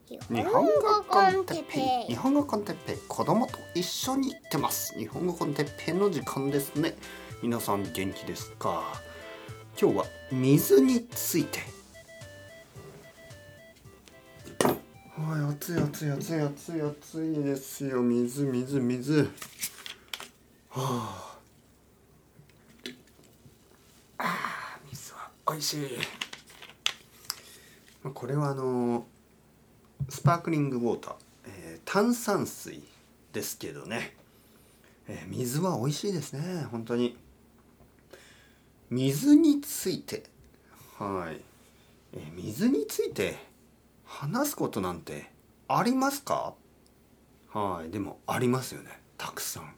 日本語コンテッペイ、日本語コンテッペイ、子供と一緒に行ってます。日本語コンテッペイの時間ですね。皆さん元気ですか？今日は水について。はい、暑いですよ。水。水は美味しい。これはスパークリングウォーター、炭酸水ですけどね、水は美味しいですね。本当に水について、水について話すことなんてありますか？でもありますよね、たくさん。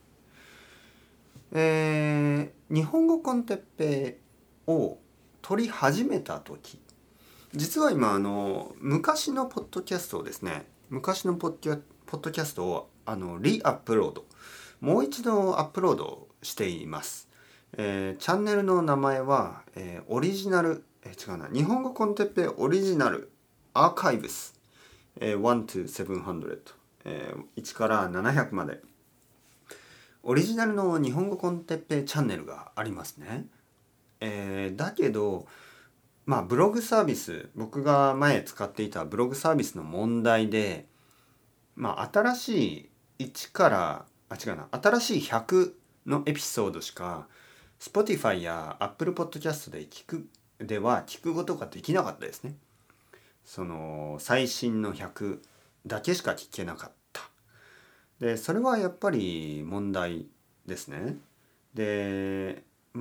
日本語コンテッペイを撮り始めた時、実は今昔のポッドキャストをですね、昔のポッドキャストをリアップロード、もう一度アップロードしています。チャンネルの名前は、オリジナル、日本語コンテッペイオリジナルアーカイブス、1 to 700、1から700までオリジナルの日本語コンテッペイチャンネルがありますね。だけどブログサービス、僕が前使っていたブログサービスの問題で、新しい1から新しい100のエピソードしか Spotify や Apple Podcast では聞くことができなかったですね。その最新の100だけしか聞けなかった。でそれはやっぱり問題ですね。で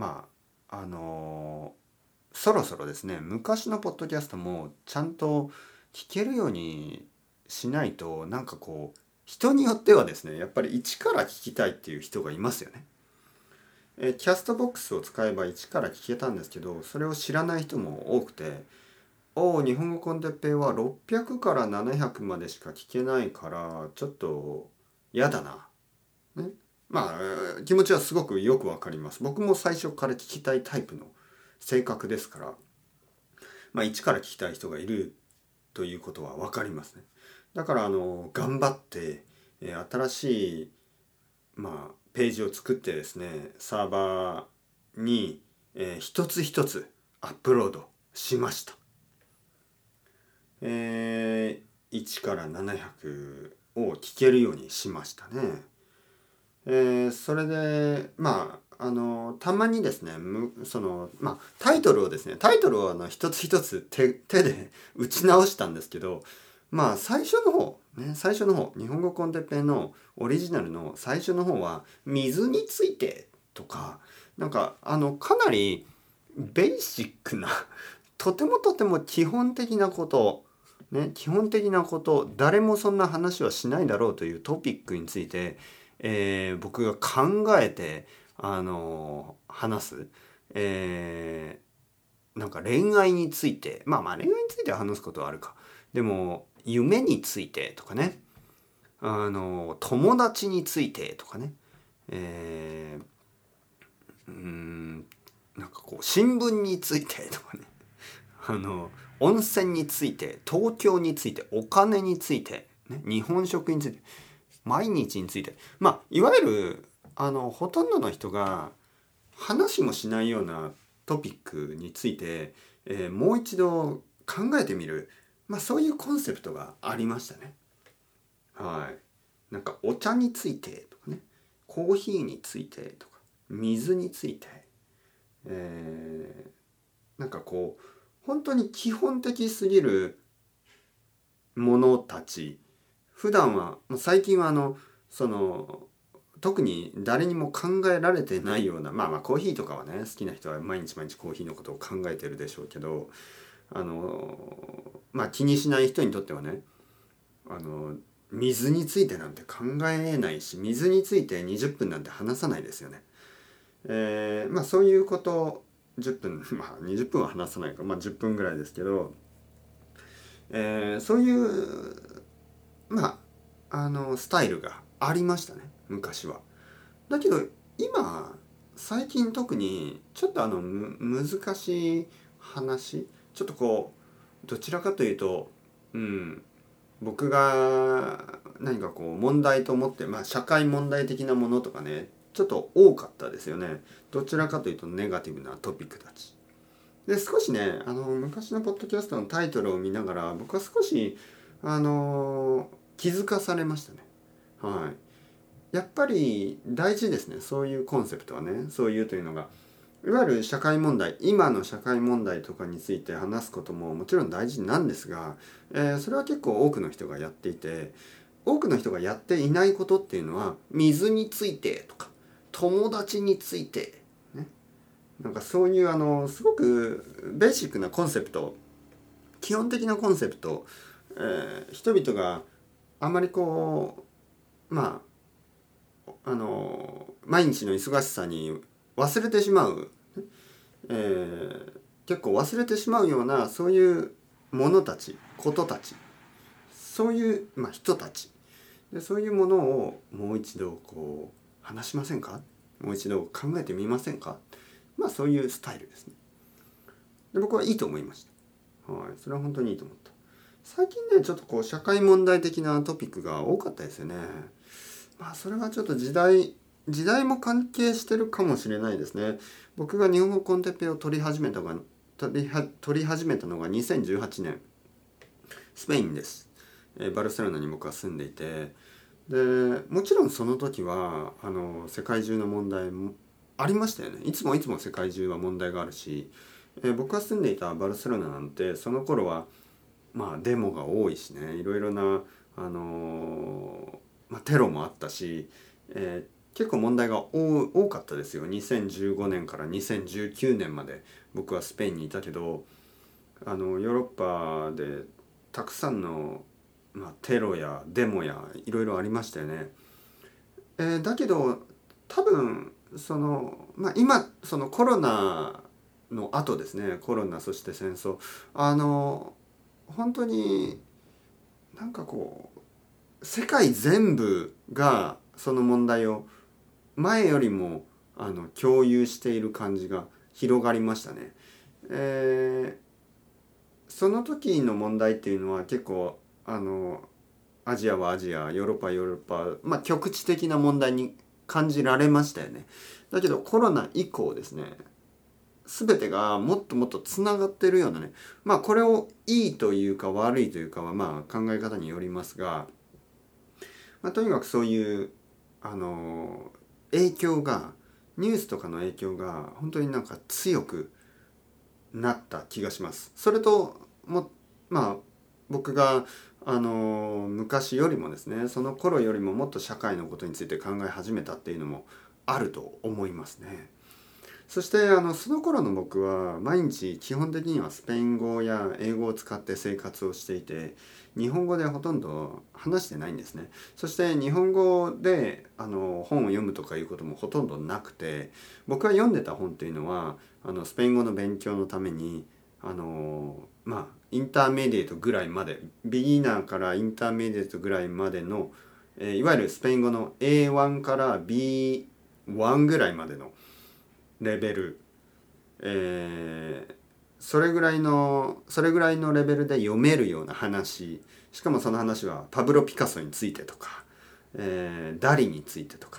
そろそろですね、昔のポッドキャストもちゃんと聞けるようにしないと、人によってはですね、やっぱり一から聞きたいっていう人がいますよね。キャストボックスを使えば一から聞けたんですけど、それを知らない人も多くて、日本語コンテッペイは600から700までしか聞けないからちょっと嫌だな、ね。気持ちはすごくよくわかります。僕も最初から聞きたいタイプの性格ですから、一から聞きたい人がいるということは分かりますね。だから頑張って、新しい、ページを作ってですね、サーバーに、一つ一つアップロードしました。1から700を聞けるようにしましたね。それでたまにですね、タイトルを一つ一つ手で打ち直したんですけど、最初の方日本語コンテッペイのオリジナルの最初の方は水についてとかかなりベーシックなとても基本的なことね、誰もそんな話はしないだろうというトピックについて、僕が考えて話す、恋愛について、恋愛について話すことはあるか。でも夢についてとかね、友達についてとかね、新聞についてとかね、温泉について、東京について、お金について、ね、日本食について、毎日について、いわゆるほとんどの人が話もしないようなトピックについて、もう一度考えてみる、そういうコンセプトがありましたね。お茶についてとかね、コーヒーについてとか、水について、本当に基本的すぎるものたち、普段は最近は特に誰にも考えられてないような、コーヒーとかはね、好きな人は毎日コーヒーのことを考えてるでしょうけど、気にしない人にとってはね、水についてなんて考えないし、水について20分なんて話さないですよね。そういうこと10分20分は話さないか、10分ぐらいですけど、そういうスタイルがありましたね、昔は。だけど最近特にちょっと難しい話、ちょっとどちらかというと僕が何かこう問題と思って、社会問題的なものとかねちょっと多かったですよね。どちらかというとネガティブなトピックたちで、少しね昔のポッドキャストのタイトルを見ながら僕は少し気づかされましたね。はい、やっぱり大事ですね、そういうコンセプトはね。そういうというのがいわゆる社会問題、今の社会問題とかについて話すことももちろん大事なんですが、それは結構多くの人がやっていて、多くの人がやっていないことっていうのは水についてとか友達について、ね、なんかそういうすごくベーシックなコンセプト、基本的なコンセプト、人々があまりこう毎日の忙しさに忘れてしまう、結構忘れてしまうようなそういうものたち、ことたち、そういう、人たちで、そういうものをもう一度こう話しませんか、もう一度考えてみませんか、そういうスタイルですね。で僕はいいと思いました。はい、それは本当にいいと思った。最近ねちょっとこう社会問題的なトピックが多かったですよね。それはちょっと時代も関係してるかもしれないですね。僕が日本語コンテッペイを取り始めたのが2018年、スペインです。バルセロナに僕は住んでいて、でもちろんその時は世界中の問題もありましたよね。いつも世界中は問題があるし、僕が住んでいたバルセロナなんてその頃はデモが多いしね、いろいろなテロもあったし、結構問題が多かったですよ。2015年から2019年まで僕はスペインにいたけど、ヨーロッパでたくさんの、テロやデモやいろいろありましたよね。だけど多分今そのコロナの後ですね、コロナそして戦争、本当になんかこう世界全部がその問題を前よりも共有している感じが広がりましたね。その時の問題っていうのは結構アジアはアジア、ヨーロッパはヨーロッパ、局地的な問題に感じられましたよね。だけどコロナ以降ですね、全てがもっともっとつながっているようなね、これをいいというか悪いというかは考え方によりますが、とにかくそういう影響が、ニュースとかの影響が本当になんか強くなった気がします。それと僕が昔よりもですね、その頃よりももっと社会のことについて考え始めたっていうのもあると思いますね。そしてその頃の僕は毎日基本的にはスペイン語や英語を使って生活をしていて、日本語でほとんど話してないんですね。そして日本語で本を読むとかいうこともほとんどなくて、僕が読んでた本っていうのはスペイン語の勉強のためにインターメディエートぐらいまで、ビギナーからインターメディエートぐらいまでの、いわゆるスペイン語の A1 から B1 ぐらいまでのレベル、それぐらいのレベルで読めるような話、しかもその話はパブロ・ピカソについてとか、ダリについてとか、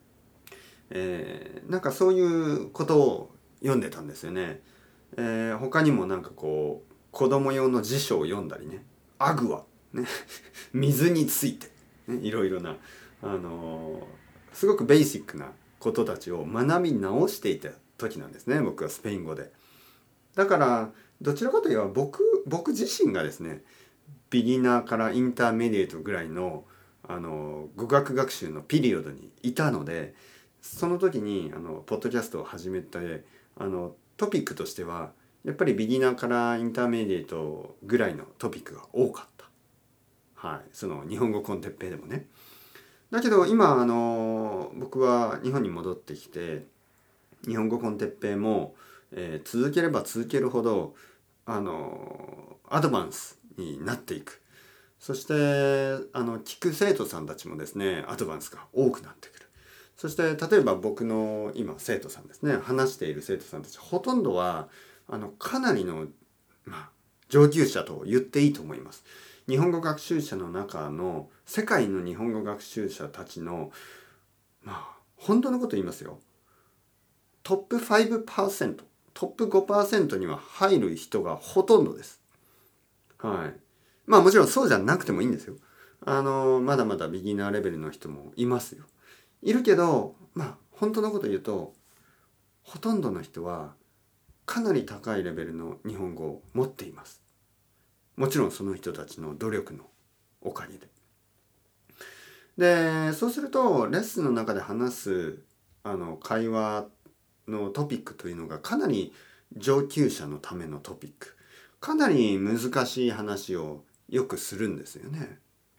なんかそういうことを読んでたんですよね。他にもなんかこう子供用の辞書を読んだりね、アグア、ね、水について、ね、いろいろなすごくベーシックなことたちを学び直していた時なんですね、僕はスペイン語で。だからどちらかといえば僕自身がですね、ビギナーからインターメディエートぐらいの語学学習のピリオドにいたので、その時にポッドキャストを始めてトピックとしてはやっぱりビギナーからインターメディエートぐらいのトピックが多かった。はい、その日本語コンテッペイでもね。だけど今僕は日本に戻ってきて、日本語コンテッペイも、続ければ続けるほどアドバンスになっていく。そして聞く生徒さんたちもですね、アドバンスが多くなってくる。そして例えば僕の今生徒さんですね、話している生徒さんたちほとんどはかなりの、 上級者と言っていいと思います。日本語学習者の中の世界の日本語学習者たちの本当のこと言いますよ。トップ5%、トップ5% には入る人がほとんどです。はい。もちろんそうじゃなくてもいいんですよ。まだまだビギナーレベルの人もいますよ。いるけど、本当のこと言うと、ほとんどの人はかなり高いレベルの日本語を持っています。もちろんその人たちの努力のおかげで。で、そうするとレッスンの中で話す会話のトピックというのがかなり上級者のためのトピック。かなり難しい話をよくするんですよね。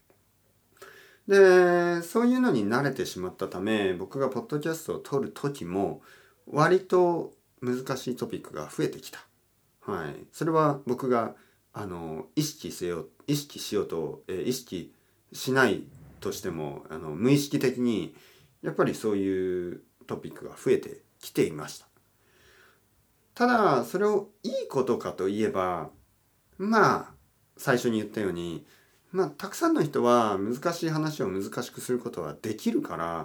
で、そういうのに慣れてしまったため、僕がポッドキャストを撮る時も割と難しいトピックが増えてきた。はい。それは僕が意識しようと、意識しないとしても無意識的にやっぱりそういうトピックが増えてきていました。ただそれをいいことかといえば最初に言ったようにたくさんの人は難しい話を難しくすることはできるから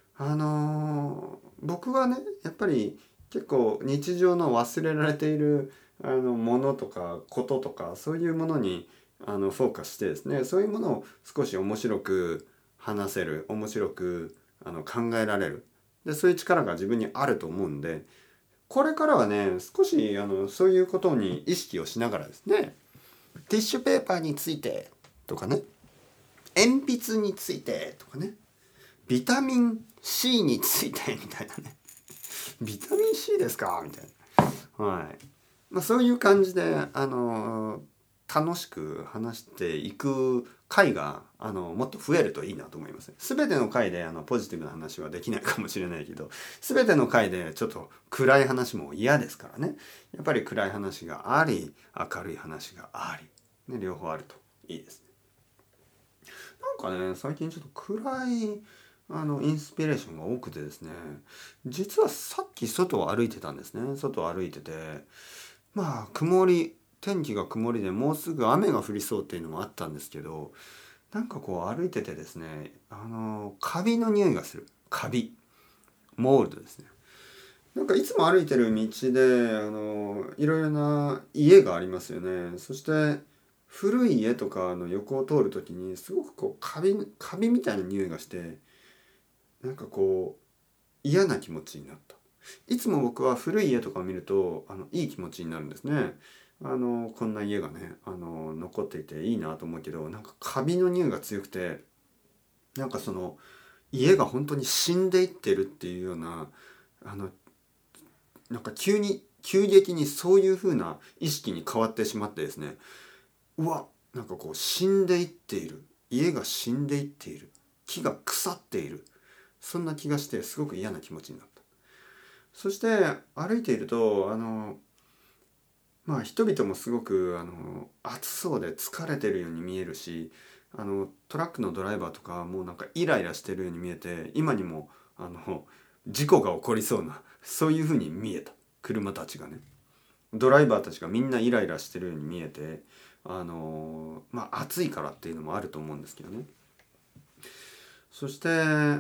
僕はねやっぱり結構日常の忘れられているものとかこととかそういうものにフォーカスしてですね、そういうものを少し面白く話せる、面白く考えられる、でそういう力が自分にあると思うんで、これからはね少しそういうことに意識をしながらですね、ティッシュペーパーについてとかね、鉛筆についてとかね、ビタミン C についてみたいなねビタミン C ですかみたいな、はい。そういう感じで楽しく話していく回がもっと増えるといいなと思います。全ての回でポジティブな話はできないかもしれないけど、全ての回でちょっと暗い話も嫌ですからね。やっぱり暗い話があり、明るい話があり、ね、両方あるといいですね。なんかね、最近ちょっと暗いインスピレーションが多くてですね、実はさっき外を歩いてたんですね。外を歩いてて、天気が曇りでもうすぐ雨が降りそうっていうのもあったんですけど、なんかこう歩いててですね、カビの匂いがする。カビ。モールドですね。なんかいつも歩いてる道で、いろいろな家がありますよね。そして古い家とかの横を通るときにすごくこうカビみたいな匂いがして、なんかこう嫌な気持ちになった。いつも僕は古い家とかを見るといい気持ちになるんですね。こんな家がね残っていていいなと思うけど、なんかカビの匂いが強くて、なんかその家が本当に死んでいってるっていうようななんか急激にそういう風な意識に変わってしまってですね、なんかこう死んでいっている、家が死んでいっている、木が腐っている、そんな気がしてすごく嫌な気持ちになった。そして歩いていると人々もすごく暑そうで疲れてるように見えるし、トラックのドライバーとかもうなんかイライラしてるように見えて、今にも事故が起こりそうな、そういう風に見えた。車たちがね、ドライバーたちがみんなイライラしてるように見えて、暑いからっていうのもあると思うんですけどね。そして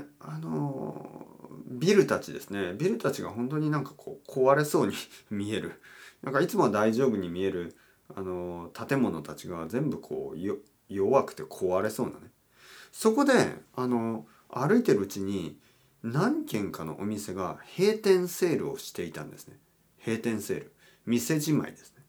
ビルたちですね、ビルたちが本当になんかこう壊れそうに見える。なんかいつもは大丈夫に見える建物たちが全部こう弱くて壊れそうなね。そこで歩いてるうちに何軒かのお店が閉店セールをしていたんですね。閉店セール、店じまいですね。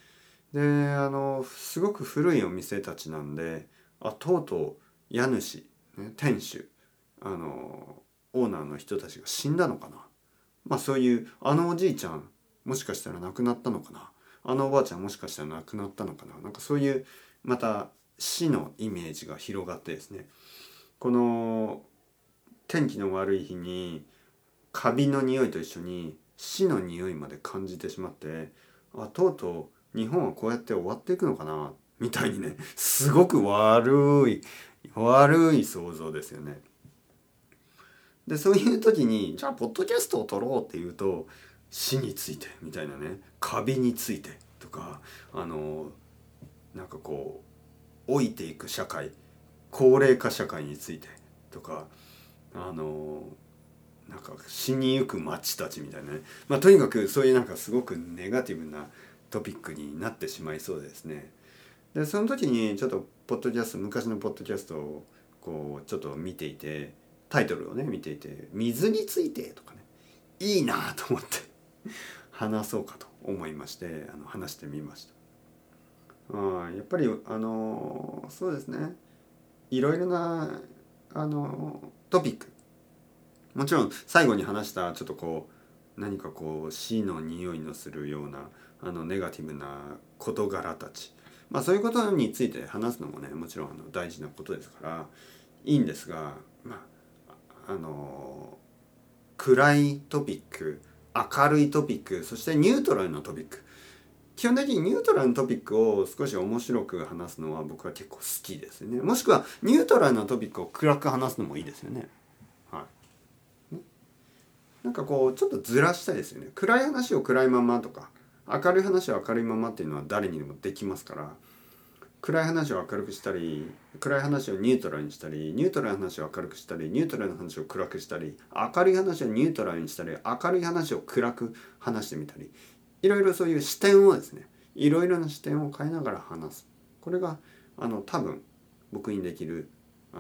ですごく古いお店たちなんで、とうとう家主、ね、店主オーナーの人たちが死んだのかな。そういうおじいちゃんもしかしたら亡くなったのかな、おばあちゃんもしかしたら亡くなったのかな、なんかそういうまた死のイメージが広がってですね、この天気の悪い日にカビの匂いと一緒に死の匂いまで感じてしまって、とうとう日本はこうやって終わっていくのかなみたいにね、すごく悪い想像ですよね。でそういう時にじゃあポッドキャストを撮ろうっていうと、死についてみたいなね、カビについてとかなんかこう老いていく社会、高齢化社会についてとか、なんか死にゆく町たちみたいなね、とにかくそういうなんかすごくネガティブなトピックになってしまいそうですね。でその時にちょっと昔のポッドキャストをこうちょっと見ていて、タイトルをね見ていて、水についてとかね、いいなと思って話そうかと思いまして、話してみました。やっぱりそうですね、いろいろなトピック、もちろん最後に話したちょっとこう何かこう死の匂いのするようなネガティブな事柄たち、そういうことについて話すのもね、もちろん大事なことですからいいんですが、暗いトピック、明るいトピック、そしてニュートラルなトピック、基本的にニュートラルなトピックを少し面白く話すのは僕は結構好きですよね。もしくはニュートラルなトピックを暗く話すのもいいですよね。なんかこうちょっとずらしたいですよね。暗い話を暗いままとか、明るい話を明るいままっていうのは誰にでもできますから、暗い話を明るくしたり、暗い話をニュートラルにしたり、ニュートラルな話を明るくしたり、ニュートラルな話を暗くしたり、明るい話をニュートラルにしたり、明るい話を暗く話してみたり、いろいろそういう視点をですね、いろいろな視点を変えながら話す。これが多分僕にできる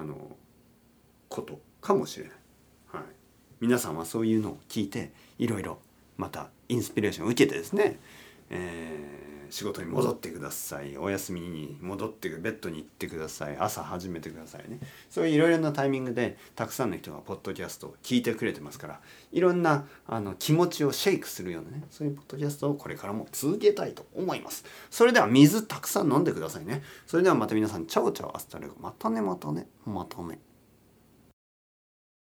ことかもしれない。はい。皆さんはそういうのを聞いていろいろまたインスピレーションを受けてですね、仕事に戻ってください。お休みに戻ってベッドに行ってください。朝始めてくださいね。そういういろいろなタイミングでたくさんの人がポッドキャストを聞いてくれてますから、いろんな気持ちをシェイクするようなね、そういうポッドキャストをこれからも続けたいと思います。それでは水たくさん飲んでくださいね。それではまた皆さん、チャオチャオアスタレゴ、またねまたねまたね。